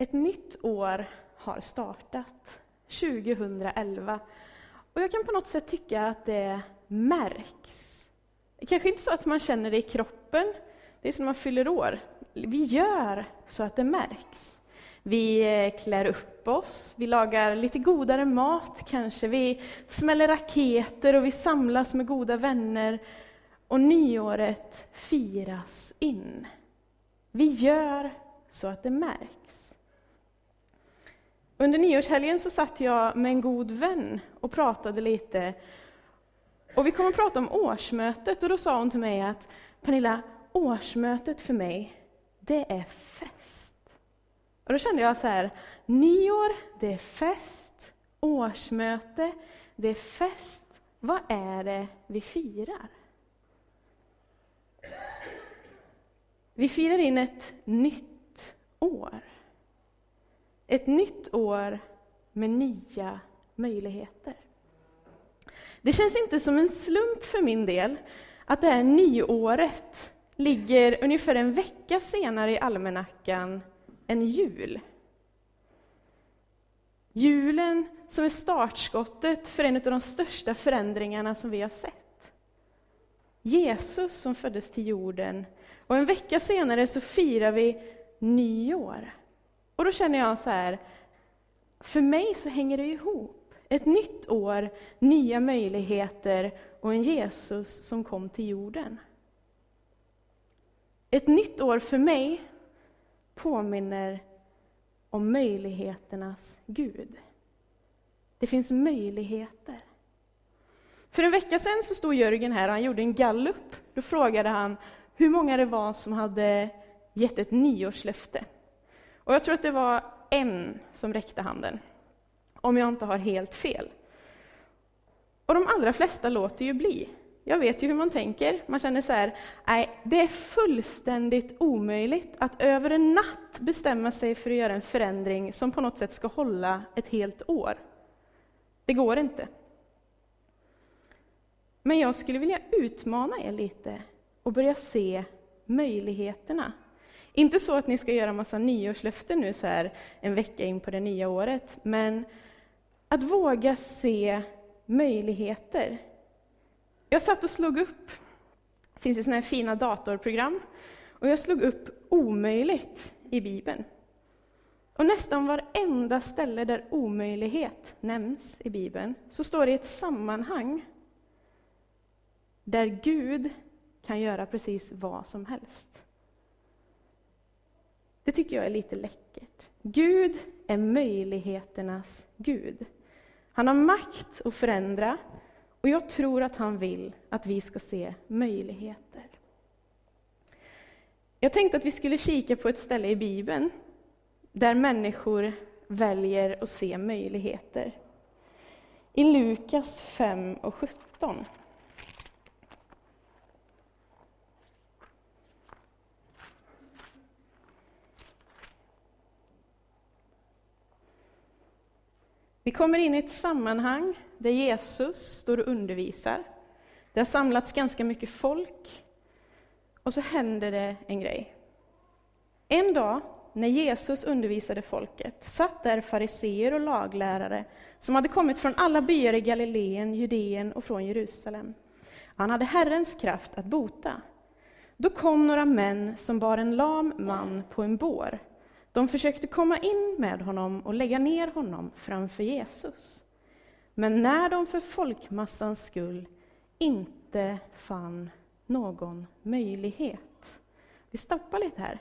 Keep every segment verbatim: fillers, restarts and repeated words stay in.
Ett nytt år har startat, tjugohundraelva. Och jag kan på något sätt tycka att det märks. Kanske inte så att man känner det i kroppen, det är som när man fyller år. Vi gör så att det märks. Vi klär upp oss, vi lagar lite godare mat kanske. Vi smäller raketer och vi samlas med goda vänner. Och nyåret firas in. Vi gör så att det märks. Under nyårshelgen så satt jag med en god vän och pratade lite. Och vi kom att prata om årsmötet och då sa hon till mig att Pernilla, årsmötet för mig, det är fest. Och då kände jag så här, nyår, det är fest, årsmöte, det är fest. Vad är det vi firar? Vi firar in ett nytt år. Ett nytt år med nya möjligheter. Det känns inte som en slump för min del att det här nyåret ligger ungefär en vecka senare i almanackan än jul. Julen som är startskottet för en av de största förändringarna som vi har sett. Jesus som föddes till jorden. Och en vecka senare så firar vi nyår. Och då känner jag så här, för mig så hänger det ihop. Ett nytt år, nya möjligheter och en Jesus som kom till jorden. Ett nytt år för mig påminner om möjligheternas Gud. Det finns möjligheter. För en vecka sedan så stod Jörgen här och han gjorde en gallup. Då frågade han hur många det var som hade gett ett nyårslöfte. Och jag tror att det var en som räckte handen. Om jag inte har helt fel. Och de allra flesta låter ju bli. Jag vet ju hur man tänker. Man känner så här, nej, det är fullständigt omöjligt att över en natt bestämma sig för att göra en förändring som på något sätt ska hålla ett helt år. Det går inte. Men jag skulle vilja utmana er lite och börja se möjligheterna. Inte så att ni ska göra massa nyårslöften nu så här en vecka in på det nya året, men att våga se möjligheter. Jag satt och slog upp, det finns ju såna här fina datorprogram, och jag slog upp omöjligt i Bibeln. Och nästan varenda ställe där omöjlighet nämns i Bibeln så står det i ett sammanhang där Gud kan göra precis vad som helst. Det tycker jag är lite läckert. Gud är möjligheternas Gud. Han har makt att förändra och jag tror att han vill att vi ska se möjligheter. Jag tänkte att vi skulle kika på ett ställe i Bibeln där människor väljer att se möjligheter. I Lukas fem och sjutton. Vi kommer in i ett sammanhang där Jesus står och undervisar. Det har samlats ganska mycket folk. Och så händer det en grej. En dag när Jesus undervisade folket satt där fariseer och laglärare som hade kommit från alla byar i Galileen, Judeen och från Jerusalem. Han hade Herrens kraft att bota. Då kom några män som bar en lam man på en bår. De försökte komma in med honom och lägga ner honom framför Jesus. Men när de för folkmassans skull inte fann någon möjlighet. Vi stoppar lite här.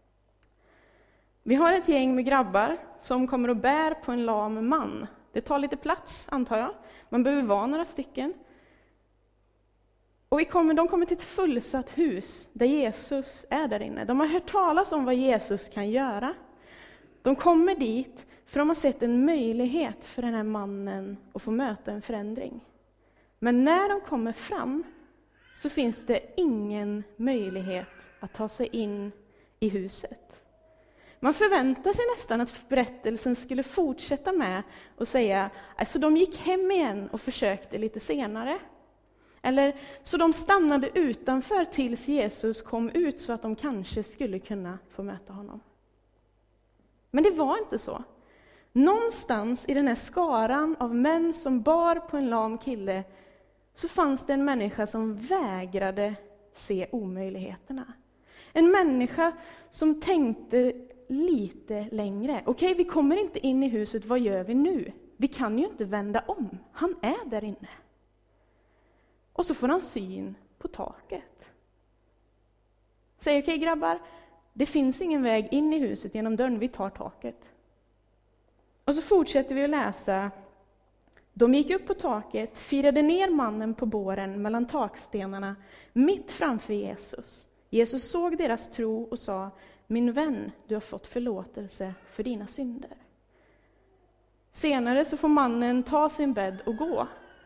Vi har ett gäng med grabbar som kommer och bär på en lam man. Det tar lite plats, antar jag. Man behöver vara några stycken. Och vi kommer, de kommer till ett fullsatt hus där Jesus är där inne. De har hört talas om vad Jesus kan göra. De kommer dit för de har sett en möjlighet för den här mannen att få möta en förändring. Men när de kommer fram så finns det ingen möjlighet att ta sig in i huset. Man förväntar sig nästan att berättelsen skulle fortsätta med att säga alltså de gick hem igen och försökte lite senare. Eller så de stannade utanför tills Jesus kom ut så att de kanske skulle kunna få möta honom. Men det var inte så. Någonstans i den här skaran av män som bar på en lam kille så fanns det en människa som vägrade se omöjligheterna. En människa som tänkte lite längre. Okej, vi kommer inte in i huset, vad gör vi nu? Vi kan ju inte vända om. Han är där inne. Och så får han syn på taket. Säger okej grabbar, det finns ingen väg in i huset genom dörren, vi tar taket. Och så fortsätter vi att läsa. De gick upp på taket, firade ner mannen på båren mellan takstenarna, mitt framför Jesus. Jesus såg deras tro och sa, min vän, du har fått förlåtelse för dina synder. Senare så får mannen ta sin bädd och gå.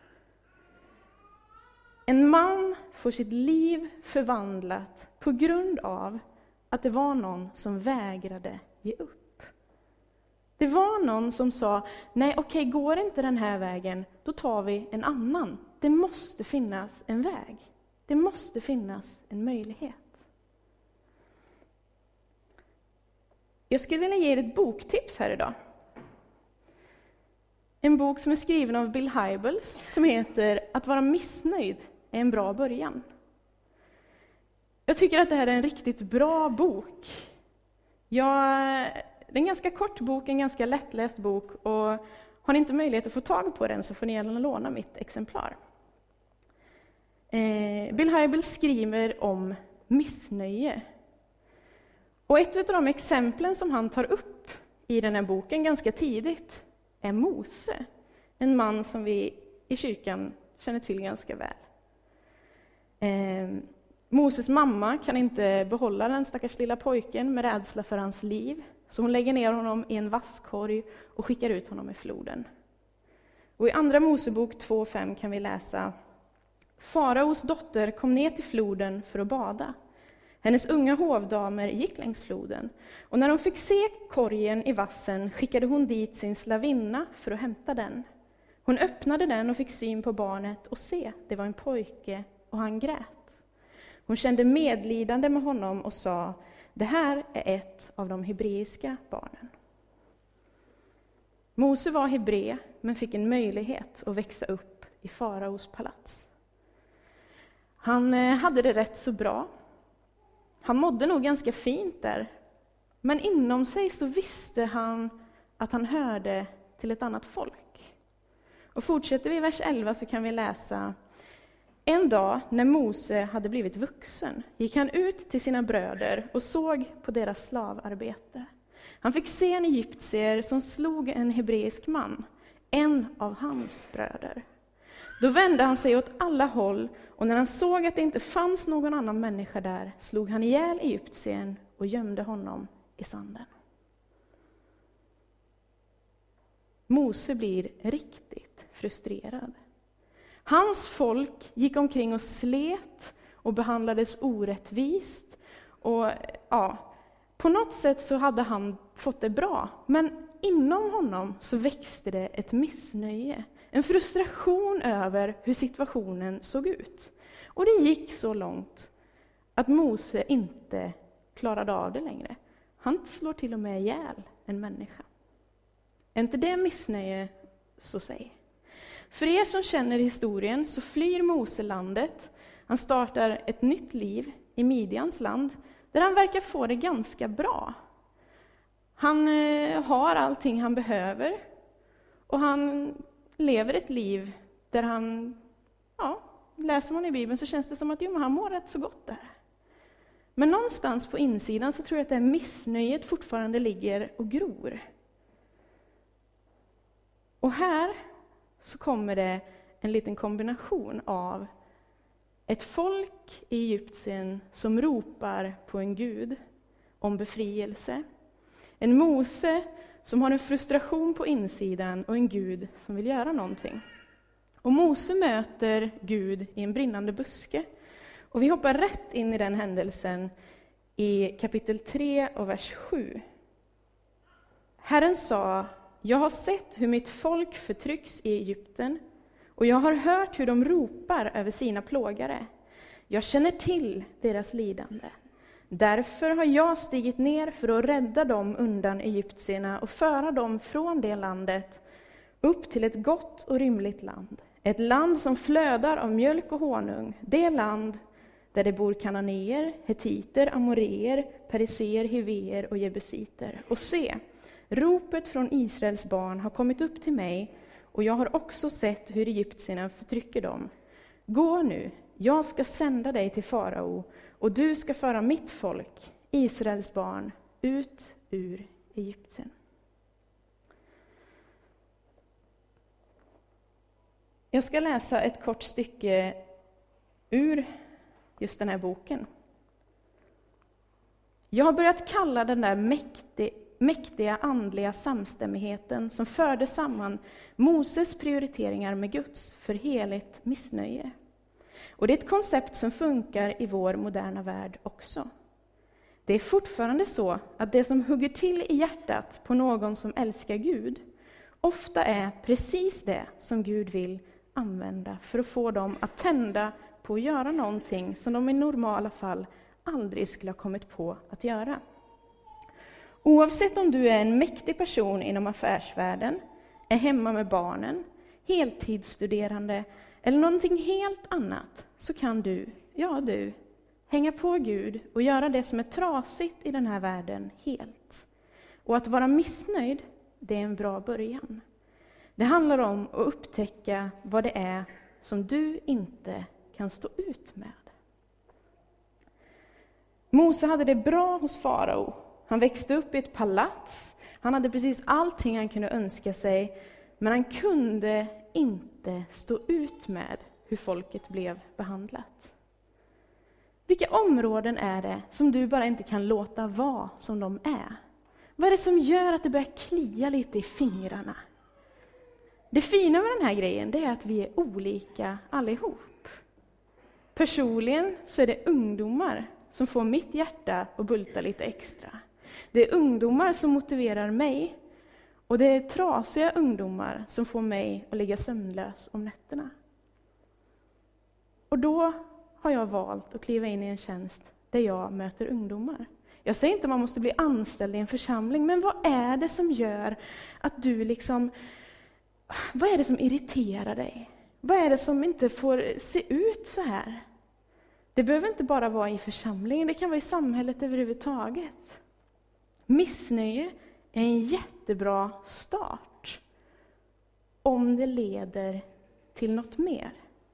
En man får sitt liv förvandlat på grund av att det var någon som vägrade ge upp. Det var någon som sa, nej okej, går inte den här vägen, då tar vi en annan. Det måste finnas en väg. Det måste finnas en möjlighet. Jag skulle vilja ge er ett boktips här idag. En bok som är skriven av Bill Hybels som heter Att vara missnöjd är en bra början. Jag tycker att det här är en riktigt bra bok. Jag, det är en ganska kort bok, en ganska lättläst bok, och har ni inte möjlighet att få tag på den så får ni gärna låna mitt exemplar. Eh, Bill Hybels skriver om missnöje. Och ett av de exemplen som han tar upp i den här boken ganska tidigt är Mose. En man som vi i kyrkan känner till ganska väl. Eh, Moses mamma kan inte behålla den stackars lilla pojken med rädsla för hans liv. Så hon lägger ner honom i en vasskorg och skickar ut honom i floden. Och i andra Mosebok två fem kan vi läsa: Faraos dotter kom ner till floden för att bada. Hennes unga hovdamer gick längs floden, och när de fick se korgen i vassen skickade hon dit sin slavinna för att hämta den. Hon öppnade den och fick syn på barnet, och se, det var en pojke, och han grät. Hon kände medlidande med honom och sa: det här är ett av de hebreiska barnen. Mose var hebre, men fick en möjlighet att växa upp i faraos palats. Han hade det rätt så bra. Han mådde nog ganska fint där. Men inom sig så visste han att han hörde till ett annat folk. Och fortsätter vi i vers elva så kan vi läsa: En dag när Mose hade blivit vuxen gick han ut till sina bröder och såg på deras slavarbete. Han fick se en egyptier som slog en hebreisk man, en av hans bröder. Då vände han sig åt alla håll, och när han såg att det inte fanns någon annan människa där slog han ihjäl egyptiern och gömde honom i sanden. Mose blir riktigt frustrerad. Hans folk gick omkring och slet och behandlades orättvist. Och ja, på något sätt så hade han fått det bra. Men inom honom så växte det ett missnöje. En frustration över hur situationen såg ut. Och det gick så långt att Mose inte klarade av det längre. Han slår till och med ihjäl en människa. Är inte det missnöje, så säg. För er som känner historien så flyr Mose landet. Han startar ett nytt liv i Midjans land, där han verkar få det ganska bra. Han eh, har allting han behöver, och han lever ett liv där han, ja, läser man i Bibeln så känns det som att jo, han mår rätt så gott där. Men någonstans på insidan så tror jag att det här missnöjet fortfarande ligger och gror. Och här så kommer det en liten kombination av ett folk i Egypten som ropar på en Gud om befrielse. En Mose som har en frustration på insidan och en Gud som vill göra någonting. Och Mose möter Gud i en brinnande buske. Och vi hoppar rätt in i den händelsen i kapitel tre och vers sju. Herren sa: Jag har sett hur mitt folk förtrycks i Egypten, och jag har hört hur de ropar över sina plågare. Jag känner till deras lidande. Därför har jag stigit ner för att rädda dem undan egyptierna och föra dem från det landet upp till ett gott och rymligt land. Ett land som flödar av mjölk och honung. Det land där det bor kananéer, hetiter, amoreer, periser, hiveer och jebusiter. Och se, ropet från Israels barn har kommit upp till mig, och jag har också sett hur egyptierna förtrycker dem. Gå nu, jag ska sända dig till farao, och du ska föra mitt folk, Israels barn, ut ur Egypten. Jag ska läsa ett kort stycke ur just den här boken. Jag har börjat kalla den där mäktig, mäktiga andliga samstämmigheten som förde samman Moses prioriteringar med Guds för heligt missnöje. Och det är ett koncept som funkar i vår moderna värld också. Det är fortfarande så att det som hugger till i hjärtat på någon som älskar Gud ofta är precis det som Gud vill använda för att få dem att tända på att göra någonting som de i normala fall aldrig skulle ha kommit på att göra. Oavsett om du är en mäktig person inom affärsvärlden, är hemma med barnen, heltidsstuderande eller någonting helt annat, så kan du, ja du, hänga på Gud och göra det som är trasigt i den här världen helt. Och att vara missnöjd, det är en bra början. Det handlar om att upptäcka vad det är som du inte kan stå ut med. Mose hade det bra hos farao. Han växte upp i ett palats. Han hade precis allting han kunde önska sig. Men han kunde inte stå ut med hur folket blev behandlat. Vilka områden är det som du bara inte kan låta vara som de är? Vad är det som gör att det börjar klia lite i fingrarna? Det fina med den här grejen, det är att vi är olika allihop. Personligen så är det ungdomar som får mitt hjärta att bulta lite extra. Det är ungdomar som motiverar mig. Och det är trasiga ungdomar som får mig att ligga sömnlös om nätterna. Och då har jag valt att kliva in i en tjänst där jag möter ungdomar. Jag säger inte att man måste bli anställd i en församling, men vad är det som gör att du liksom... Vad är det som irriterar dig? Vad är det som inte får se ut så här? Det behöver inte bara vara i församlingen, det kan vara i samhället överhuvudtaget. Missnöje är en jättebra start om det leder till något mer.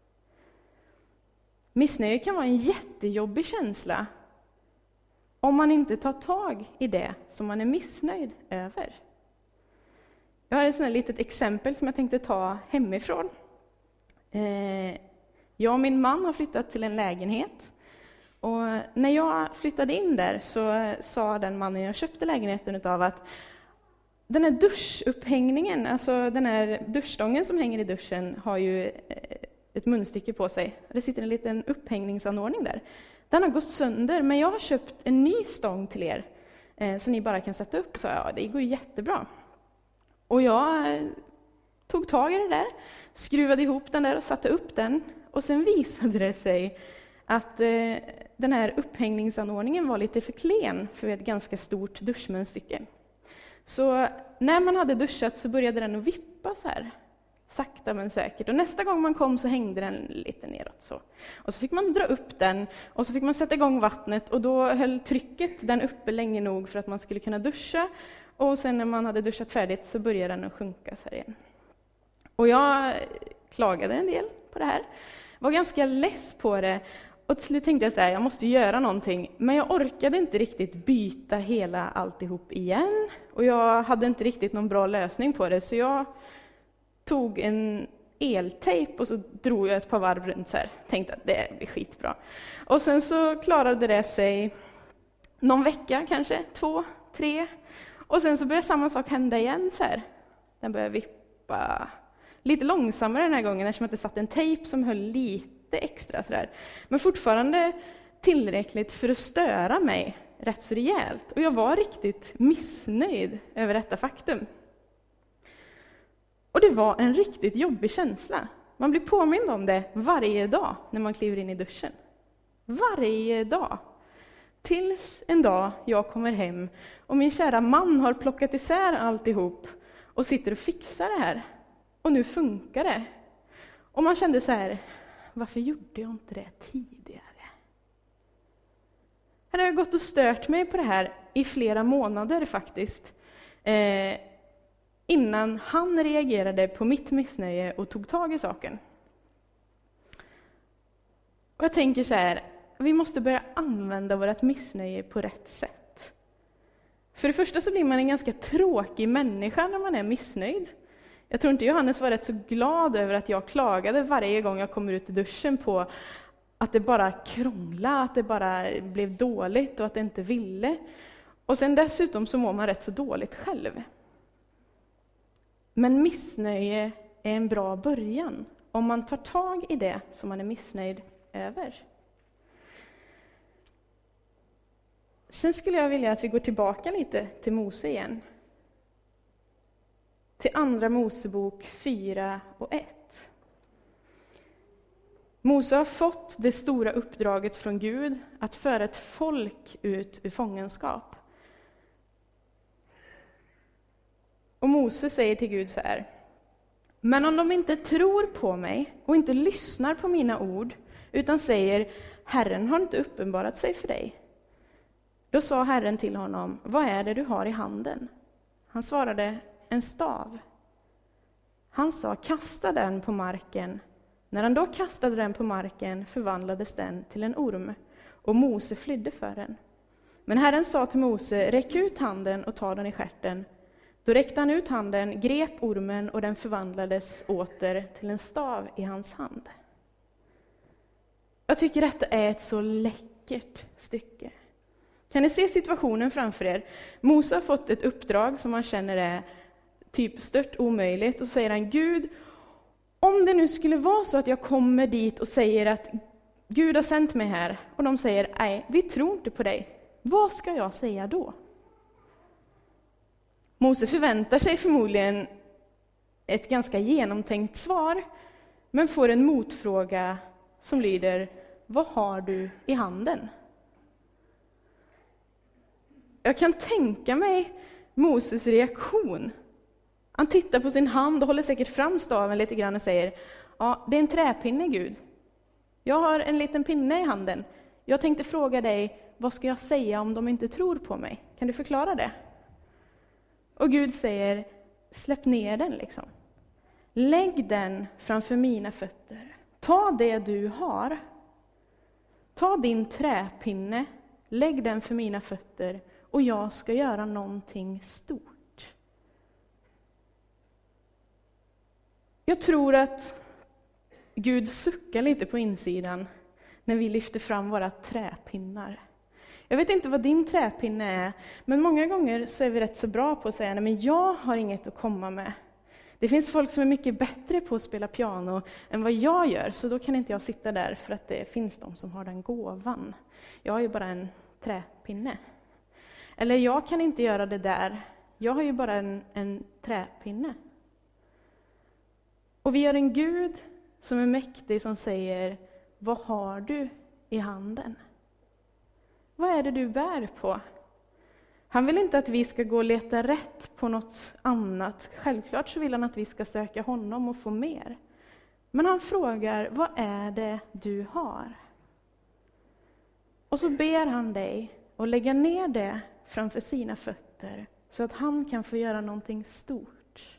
Missnöje kan vara en jättejobbig känsla om man inte tar tag i det som man är missnöjd över. Jag har ett sådant litet exempel som jag tänkte ta hemifrån. Eh, jag och min man har flyttat till en lägenhet. Och när jag flyttade in där så sa den mannen jag köpte lägenheten utav att den här duschupphängningen, alltså den här duschstången som hänger i duschen, har ju ett munstycke på sig. Det sitter en liten upphängningsanordning där. Den har gått sönder, men jag har köpt en ny stång till er eh, som ni bara kan sätta upp. Så ja, det går ju jättebra. Och jag eh, tog tag i det där, skruvade ihop den där och satte upp den. Och sen visade det sig att eh, den här upphängningsanordningen var lite för klen för ett ganska stort duschmunstycke. Så när man hade duschat så började den att vippa så här. Sakta men säkert. Och nästa gång man kom så hängde den lite neråt så. Och så fick man dra upp den och så fick man sätta igång vattnet. Och då höll trycket den uppe länge nog för att man skulle kunna duscha. Och sen när man hade duschat färdigt så började den att sjunka så här igen. Och jag klagade en del på det här. Var ganska less på det. Och till slut tänkte jag så här, jag måste göra någonting. Men jag orkade inte riktigt byta hela alltihop igen. Och jag hade inte riktigt någon bra lösning på det. Så jag tog en eltejp och så drog jag ett par varv runt så här. Tänkte att det blir skitbra. Och sen så klarade det sig någon vecka kanske, två, tre. Och sen så började samma sak hända igen så här. Den började vippa lite långsammare den här gången eftersom att det satt en tejp som höll lite extra så där. Men fortfarande tillräckligt för att störa mig rätt så rejält. Och jag var riktigt missnöjd över detta faktum. Och det var en riktigt jobbig känsla. Man blir påmind om det varje dag när man kliver in i duschen. Varje dag. Tills en dag jag kommer hem och min kära man har plockat isär alltihop och sitter och fixar det här. Och nu funkar det. Och man kände så här, varför gjorde jag inte det tidigare? Jag har gått och stört mig på det här i flera månader faktiskt. Eh, innan han reagerade på mitt missnöje och tog tag i saken. Och jag tänker så här, vi måste börja använda vårt missnöje på rätt sätt. För det första så blir man en ganska tråkig människa när man är missnöjd. Jag tror inte Johannes var rätt så glad över att jag klagade varje gång jag kommer ut i duschen på att det bara krånglade, att det bara blev dåligt och att det inte ville. Och sen dessutom så mår man rätt så dåligt själv. Men missnöje är en bra början om man tar tag i det som man är missnöjd över. Sen skulle jag vilja att vi går tillbaka lite till Mose igen. Till andra Mosebok fyra och ett. Mose har fått det stora uppdraget från Gud att föra ett folk ut ur fångenskap. Och Mose säger till Gud så här: men om de inte tror på mig och inte lyssnar på mina ord, utan säger, Herren har inte uppenbarat sig för dig. Då sa Herren till honom, vad är det du har i handen? Han svarade, en stav. Han sa, kasta den på marken. När han då kastade den på marken förvandlades den till en orm, och Mose flydde för den. Men Herren sa till Mose, räck ut handen och ta den i stjärten. Då räckte han ut handen, grep ormen och den förvandlades åter till en stav i hans hand. Jag tycker detta är ett så läckert stycke. Kan ni se situationen framför er? Mose har fått ett uppdrag som han känner är typ stört omöjligt. Och säger han, Gud, om det nu skulle vara så att jag kommer dit och säger att Gud har sänt mig här. Och de säger, nej, vi tror inte på dig. Vad ska jag säga då? Mose förväntar sig förmodligen ett ganska genomtänkt svar. Men får en motfråga som lyder, vad har du i handen? Jag kan tänka mig Moses reaktion. Han tittar på sin hand och håller säkert fram staven lite grann och säger, ja, det är en träpinne, Gud. Jag har en liten pinne i handen. Jag tänkte fråga dig, vad ska jag säga om de inte tror på mig? Kan du förklara det? Och Gud säger, släpp ner den liksom. Lägg den framför mina fötter. Ta det du har. Ta din träpinne, lägg den för mina fötter och jag ska göra någonting stort. Jag tror att Gud suckar lite på insidan när vi lyfter fram våra träpinnar. Jag vet inte vad din träpinne är, men många gånger så är vi rätt så bra på att säga, nej men jag har inget att komma med. Det finns folk som är mycket bättre på att spela piano än vad jag gör, så då kan inte jag sitta där för att det finns de som har den gåvan. Jag har ju bara en träpinne. Eller jag kan inte göra det där, jag har ju bara en, en träpinne. Och vi har en Gud som är mäktig som säger, vad har du i handen? Vad är det du bär på? Han vill inte att vi ska gå och leta rätt på något annat. Självklart så vill han att vi ska söka honom och få mer. Men han frågar, vad är det du har? Och så ber han dig att lägga ner det framför sina fötter så att han kan få göra någonting stort.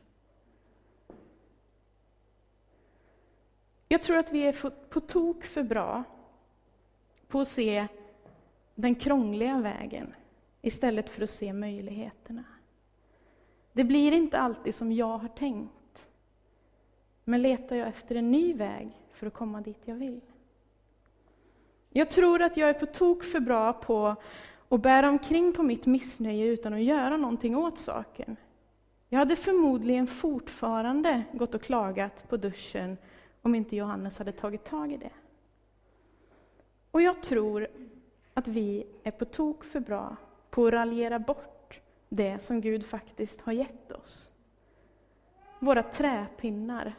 Jag tror att vi är på tok för bra på att se den krångliga vägen istället för att se möjligheterna. Det blir inte alltid som jag har tänkt. Men letar jag efter en ny väg för att komma dit jag vill. Jag tror att jag är på tok för bra på att bära omkring på mitt missnöje utan att göra någonting åt saken. Jag hade förmodligen fortfarande gått och klagat på duschen om inte Johannes hade tagit tag i det. Och jag tror att vi är på tok för bra på att raljera bort det som Gud faktiskt har gett oss. Våra träpinnar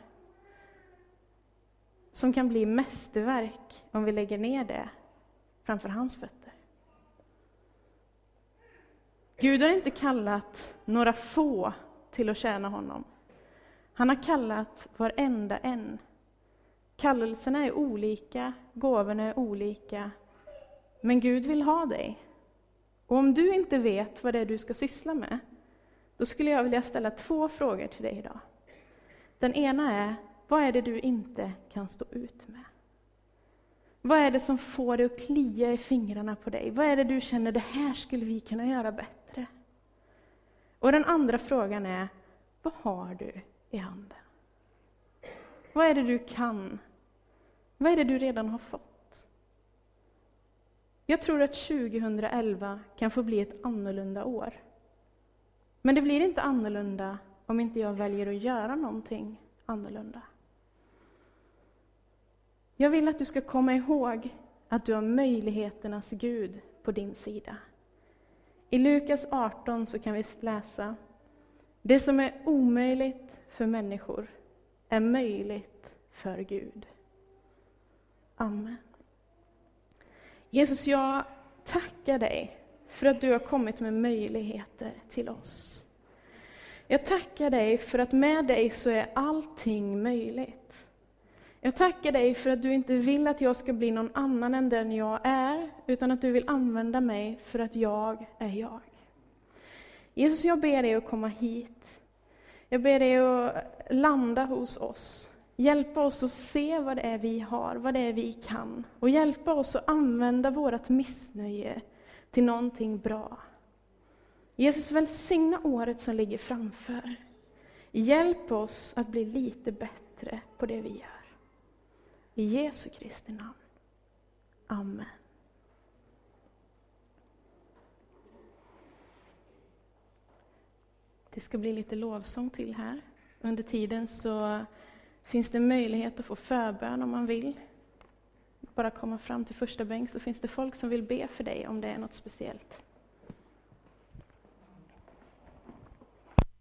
som kan bli mästerverk om vi lägger ner det framför hans fötter. Gud har inte kallat några få till att tjäna honom. Han har kallat varenda en. Kallelserna är olika, gåvorna är olika. Men Gud vill ha dig. Och om du inte vet vad det är du ska syssla med, då skulle jag vilja ställa två frågor till dig idag. Den ena är, vad är det du inte kan stå ut med? Vad är det som får dig att klia i fingrarna på dig? Vad är det du känner, det här skulle vi kunna göra bättre? Och den andra frågan är, vad har du i handen? Vad är det du kan? Vad är det du redan har fått? Jag tror att tjugohundraelva kan få bli ett annorlunda år. Men det blir inte annorlunda om inte jag väljer att göra någonting annorlunda. Jag vill att du ska komma ihåg att du har möjligheternas Gud på din sida. I Lukas arton så kan vi läsa: det som är omöjligt för människor är möjligt för Gud. Amen. Jesus, jag tackar dig för att du har kommit med möjligheter till oss. Jag tackar dig för att med dig så är allting möjligt. Jag tackar dig för att du inte vill att jag ska bli någon annan än den jag är, utan att du vill använda mig för att jag är jag. Jesus, jag ber dig att komma hit. Jag ber dig att landa hos oss. Hjälpa oss att se vad det är vi har, vad det är vi kan. Och hjälpa oss att använda vårt missnöje till någonting bra. Jesus, välsigna året som ligger framför. Hjälp oss att bli lite bättre på det vi gör. I Jesu Kristi namn. Amen. Det ska bli lite lovsång till här. Under tiden så finns det möjlighet att få förbön om man vill. Bara komma fram till första bänk så finns det folk som vill be för dig om det är något speciellt.